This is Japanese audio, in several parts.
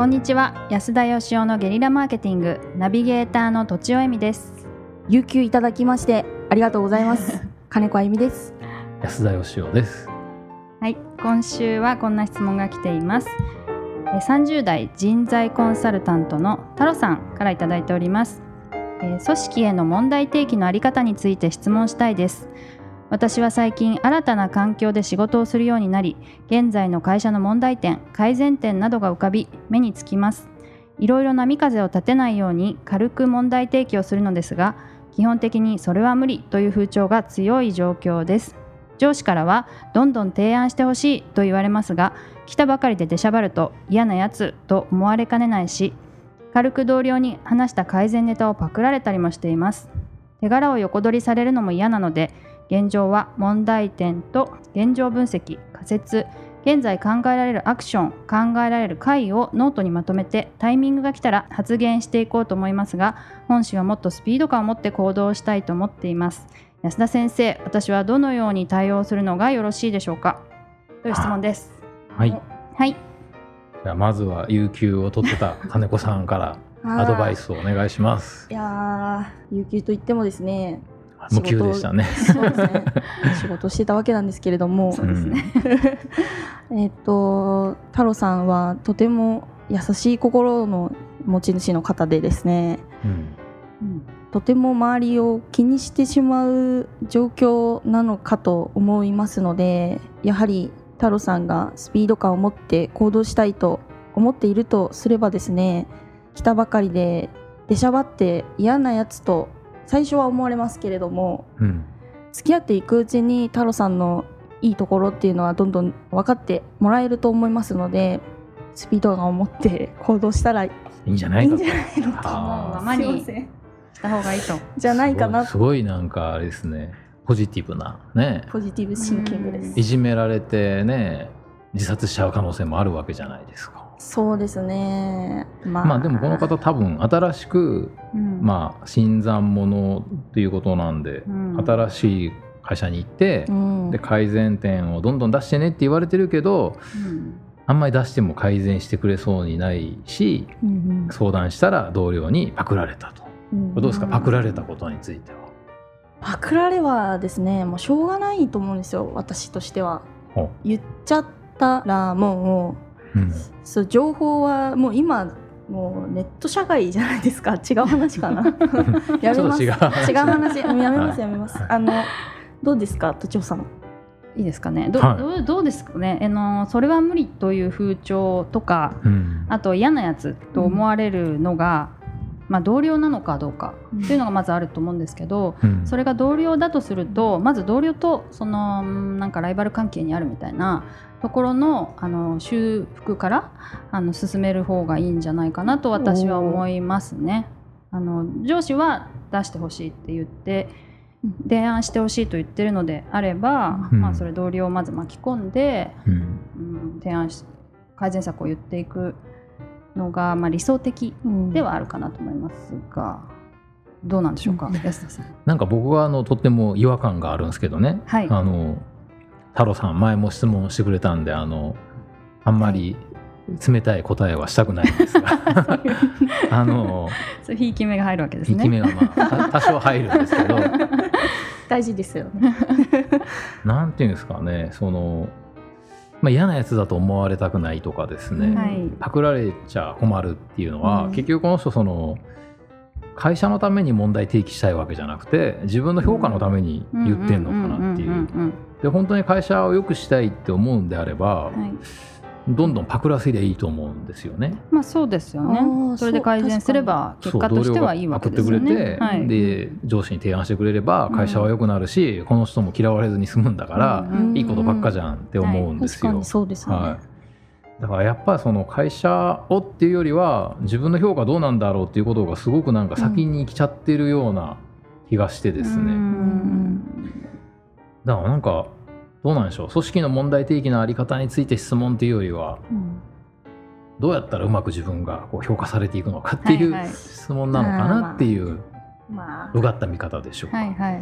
こんにちは。安田義雄のゲリラマーケティングナビゲーターのとちおえみです。 有給いただきましてありがとうございます金子あゆみです。 安田義雄です。 はい、今週はこんな質問が来ています。30代人材コンサルタントの太郎さんからいただいております。組織への問題提起のあり方について質問したいです。私は最近新たな環境で仕事をするようになり、現在の会社の問題点、改善点などが浮かび目につきます。いろいろ波風を立てないように軽く問題提起をするのですが、基本的にそれは無理という風潮が強い状況です。上司からはどんどん提案してほしいと言われますが、来たばかりで出しゃばると嫌なやつと思われかねないし、軽く同僚に話した改善ネタをパクられたりもしています。手柄を横取りされるのも嫌なので、現状は問題点と現状分析、仮説、現在考えられるアクション、考えられる回をノートにまとめて、タイミングが来たら発言していこうと思いますが、本誌はもっとスピード感を持って行動したいと思っています。安田先生、私はどのように対応するのがよろしいでしょうか、という質問です。 はい、 はい、 じゃあまずは有給を取ってた金子さんからアドバイスをお願いします。 いや有給といってもですね、 無給でしたね。 そうですね仕事してたわけなんですけれども、 そうですね太郎さんはとても優しい心の持ち主の方でですね、とても周りを気にしてしまう状況なのかと思いますので、やはり太郎さんがスピード感を持って行動したいと思っているとすればですね、来たばかりで出しゃばって嫌なやつと最初は思われますけれども、付き合っていくうちに太郎さんのいいところっていうのはどんどん分かってもらえると思いますので、スピード感を持って行動したらいいいんじゃないかと。 思うままにした方がいいとじゃないかな。 すごいなんかあれですね、ポジティブなね。 ポジティブシンキングです。 いじめられてね、自殺しちゃう可能性もあるわけじゃないですか。 そうですね。 まあでもこの方多分新しく、新参者ということなんで、新しい会社に行って、で改善点をどんどん出してねって言われてるけど、あんまり出しても改善してくれそうにないし、相談したら同僚にパクられたと。どうですか、パクられたことについては。 パクられはですね、もうしょうがないと思うんですよ、私としては。言っちゃったらもう、そう情報はもう今もうネット社会じゃないですか。違う話かなやめます。違う話やめます、やめます。どうですか、とちおさん。 いいですかね。どうですかね。それは無理という風潮とか、あと嫌なやつと思われるのが、同僚なのかどうかっていうのがまずあると思うんですけど、それが同僚だとすると、まず同僚とそのなんかライバル関係にあるみたいなところの修復から進める方がいいんじゃないかなと私は思いますね。上司は出してほしいって言って提案してほしいと言ってるのであれば、それ同僚をまず巻き込んで、提案し改善策を言っていくのが、理想的ではあるかなと思いますが、どうなんでしょうか、安田さん。 なんか僕はとっても違和感があるんですけどね、太郎さん前も質問してくれたんで、あんまり冷たい答えはしたくないんですがそうひいき目が入るわけですね。 ひいき目が多少入るんですけど大事ですよねなんていうんですかね、嫌なやつだと思われたくないとかですね、パクられちゃ困るっていうのは、結局この人会社のために問題提起したいわけじゃなくて、自分の評価のために言ってんのかなっていう。で本当に会社を良くしたいって思うんであれば、どんどんパクらせりゃいいと思うんですよね。 そうですよね。それで改善すれば結果としてはいいわけですよね。 同僚がパクってくれて、で上司に提案してくれれば会社は良くなるし、この人も嫌われずに済むんだから、いいことばっかじゃんって思うんですよ。 確かにそうですね。 だからやっぱりその会社をっていうよりは、自分の評価どうなんだろうっていうことがすごくなんか先に来ちゃってるような気がしてですね。だからなんかどうなんでしょう、組織の問題提起のあり方について質問っていうよりは、どうやったらうまく自分が評価されていくのかっていう質問なのかなっていう、うがった見方でしょうか。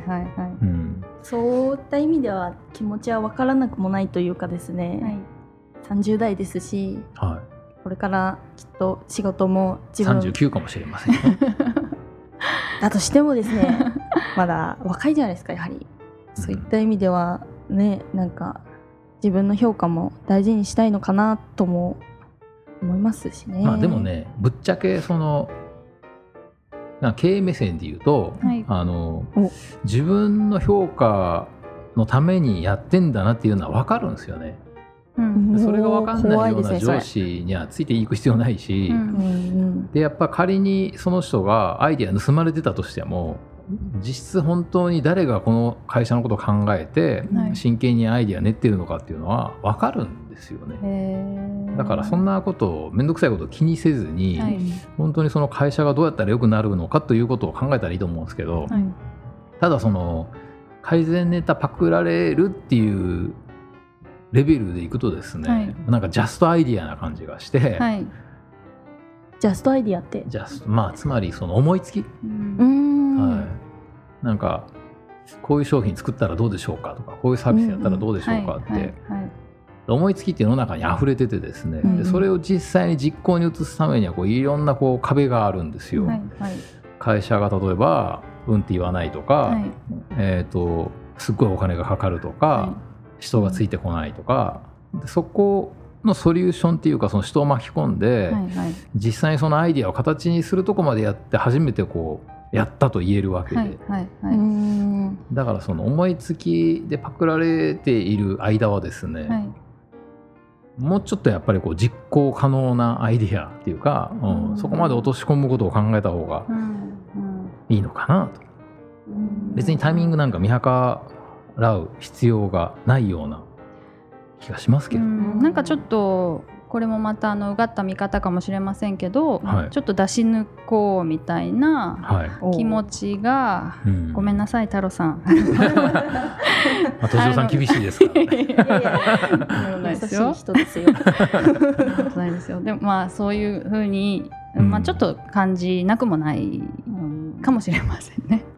そういった意味では気持ちは分からなくもないというかですね、30代ですし、 これからきっと仕事も自分 39かもしれませんよだとしてもですねまだ若いじゃないですか。やはりそういった意味ではね、なんか自分の評価も大事にしたいのかなとも思いますしね。 まあでもね、ぶっちゃけその経営目線で言うと、 はい、 自分の評価のためにやってんだなっていうのは分かるんですよね。それが分かんないような上司にはついていく必要ないし、でやっぱ仮にその人がアイデア盗まれてたとしても、実質本当に誰がこの会社のことを考えて真剣にアイデア練ってるのかっていうのは分かるんですよね。だからそんなことを面倒くさいことを気にせずに、本当にその会社がどうやったら良くなるのかということを考えたらいいと思うんですけど、ただその改善ネタパクられるっていうレベルでいくとですね、なんかジャストアイディアな感じがして、 ジャストアイディアってつまりその思いつき、なんかこういう商品作ったらどうでしょうかとか、こういうサービスやったらどうでしょうかって思いつきって世の中に溢れててですね、でそれを実際に実行に移すためにはいろんな壁があるんですよ。会社が例えばうんって言わないとか、すっごいお金がかかるとか、人がついてこないとか、そこのソリューションっていうか、その人を巻き込んで、実際にそのアイディアを形にするとこまでやって初めてやったと言えるわけで、だからその思いつきでパクられている間はですね、もうちょっとやっぱり実行可能なアイディアっていうか、そこまで落とし込むことを考えた方がいいのかなと。別にタイミングなんか見計らう必要がないような気がしますけど、 なんかちょっとこれもまたうがった見方かもしれませんけど、ちょっと出し抜こうみたいな気持ちが、ごめんなさい太郎さん敏夫さん厳しいですからね優しい人ですよないですよ。でもまあそういうふうに、ちょっと感じなくもないかもしれませんね。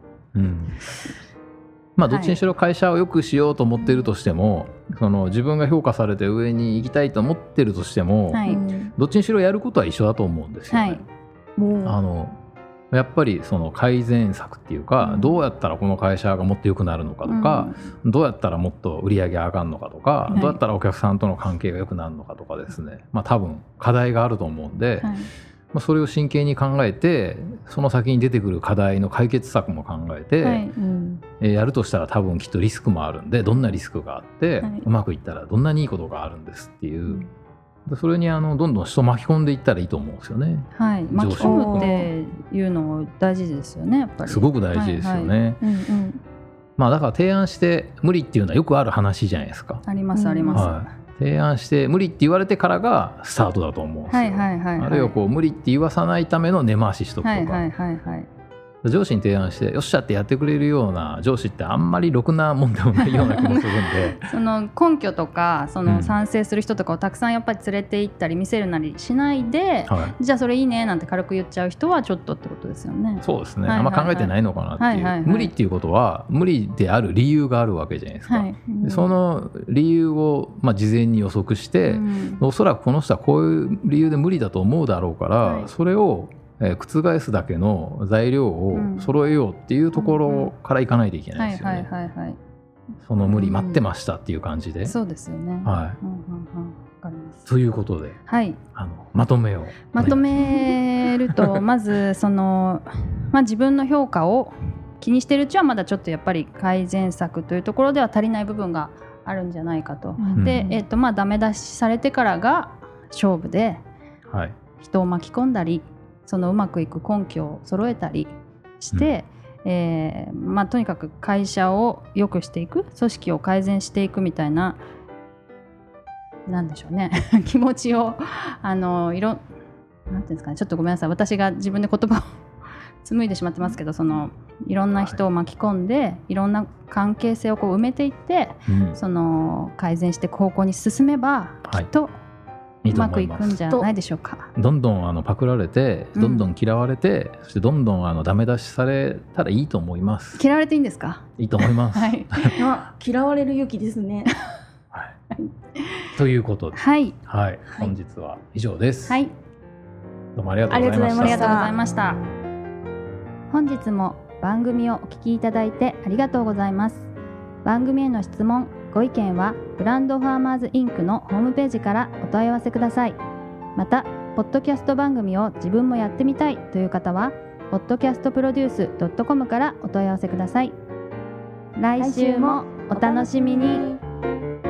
どっちにしろ会社を良くしようと思っているとしても、その自分が評価されて上に行きたいと思っているとしても、どっちにしろやることは一緒だと思うんですよね。やっぱりその改善策っていうか、どうやったらこの会社がもっと良くなるのかとか、どうやったらもっと売り上げ上がるのかとか、どうやったらお客さんとの関係が良くなるのかとかですね、多分課題があると思うんで、それを真剣に考えて、その先に出てくる課題の解決策も考えて、やるとしたら多分きっとリスクもあるんで、どんなリスクがあって、うまくいったらどんなにいいことがあるんですっていう、それにどんどん人を巻き込んでいったらいいと思うんですよね。 巻き込むっていうの大事ですよね、やっぱり。 すごく大事ですよね。だから提案して無理っていうのはよくある話じゃないですか。 ありますあります。 提案して無理って言われてからがスタートだと思うんですよ。あるいは無理って言わさないための根回ししとくとか、上司に提案してよっしゃってやってくれるような上司ってあんまりろくなもんでもないような気もするんでその根拠とかその賛成する人とかをたくさんやっぱり連れて行ったり見せるなりしないで、じゃあそれいいねなんて軽く言っちゃう人はちょっとってことですよね。 そうですね、あんま考えてないのかなっていう、無理っていうことは無理である理由があるわけじゃないですか。でその理由を事前に予測して、おそらくこの人はこういう理由で無理だと思うだろうから、それを覆すだけの材料を揃えようっていうところからいかないといけないですよね。その無理待ってましたっていう感じで。 そうですよね。 わかります。ということで、まとめるとまずその、自分の評価を気にしてるうちはまだちょっとやっぱり改善策というところでは足りない部分があるんじゃないかと。で、ダメ出しされてからが勝負で、人を巻き込んだりそのうまくいく根拠を揃えたりして、とにかく会社を良くしていく、組織を改善していくみたいな、なんでしょうね気持ちをなんていうんですかね、ちょっとごめんなさい、私が自分で言葉を紡いでしまってますけど、そのいろんな人を巻き込んで、いろんな関係性を埋めていって、その改善していく方向に進めば、きっとうまくいくんじゃないでしょうか。 どんどんパクられて、どんどん嫌われて、そしてどんどんダメ出しされたらいいと思います。 嫌われていいんですか？ いいと思います。 嫌われる勇気ですね。 ということで、 はい、 はい、本日は以上です。 はい、 どうもありがとうございました。 ありがとうございました。本日も番組をお聞きいただいてありがとうございます。番組への質問、ご意見はブランドファーマーズインクのホームページからお問い合わせください。またポッドキャスト番組を自分もやってみたいという方はpodcastproduce.com からお問い合わせください。来週もお楽しみに。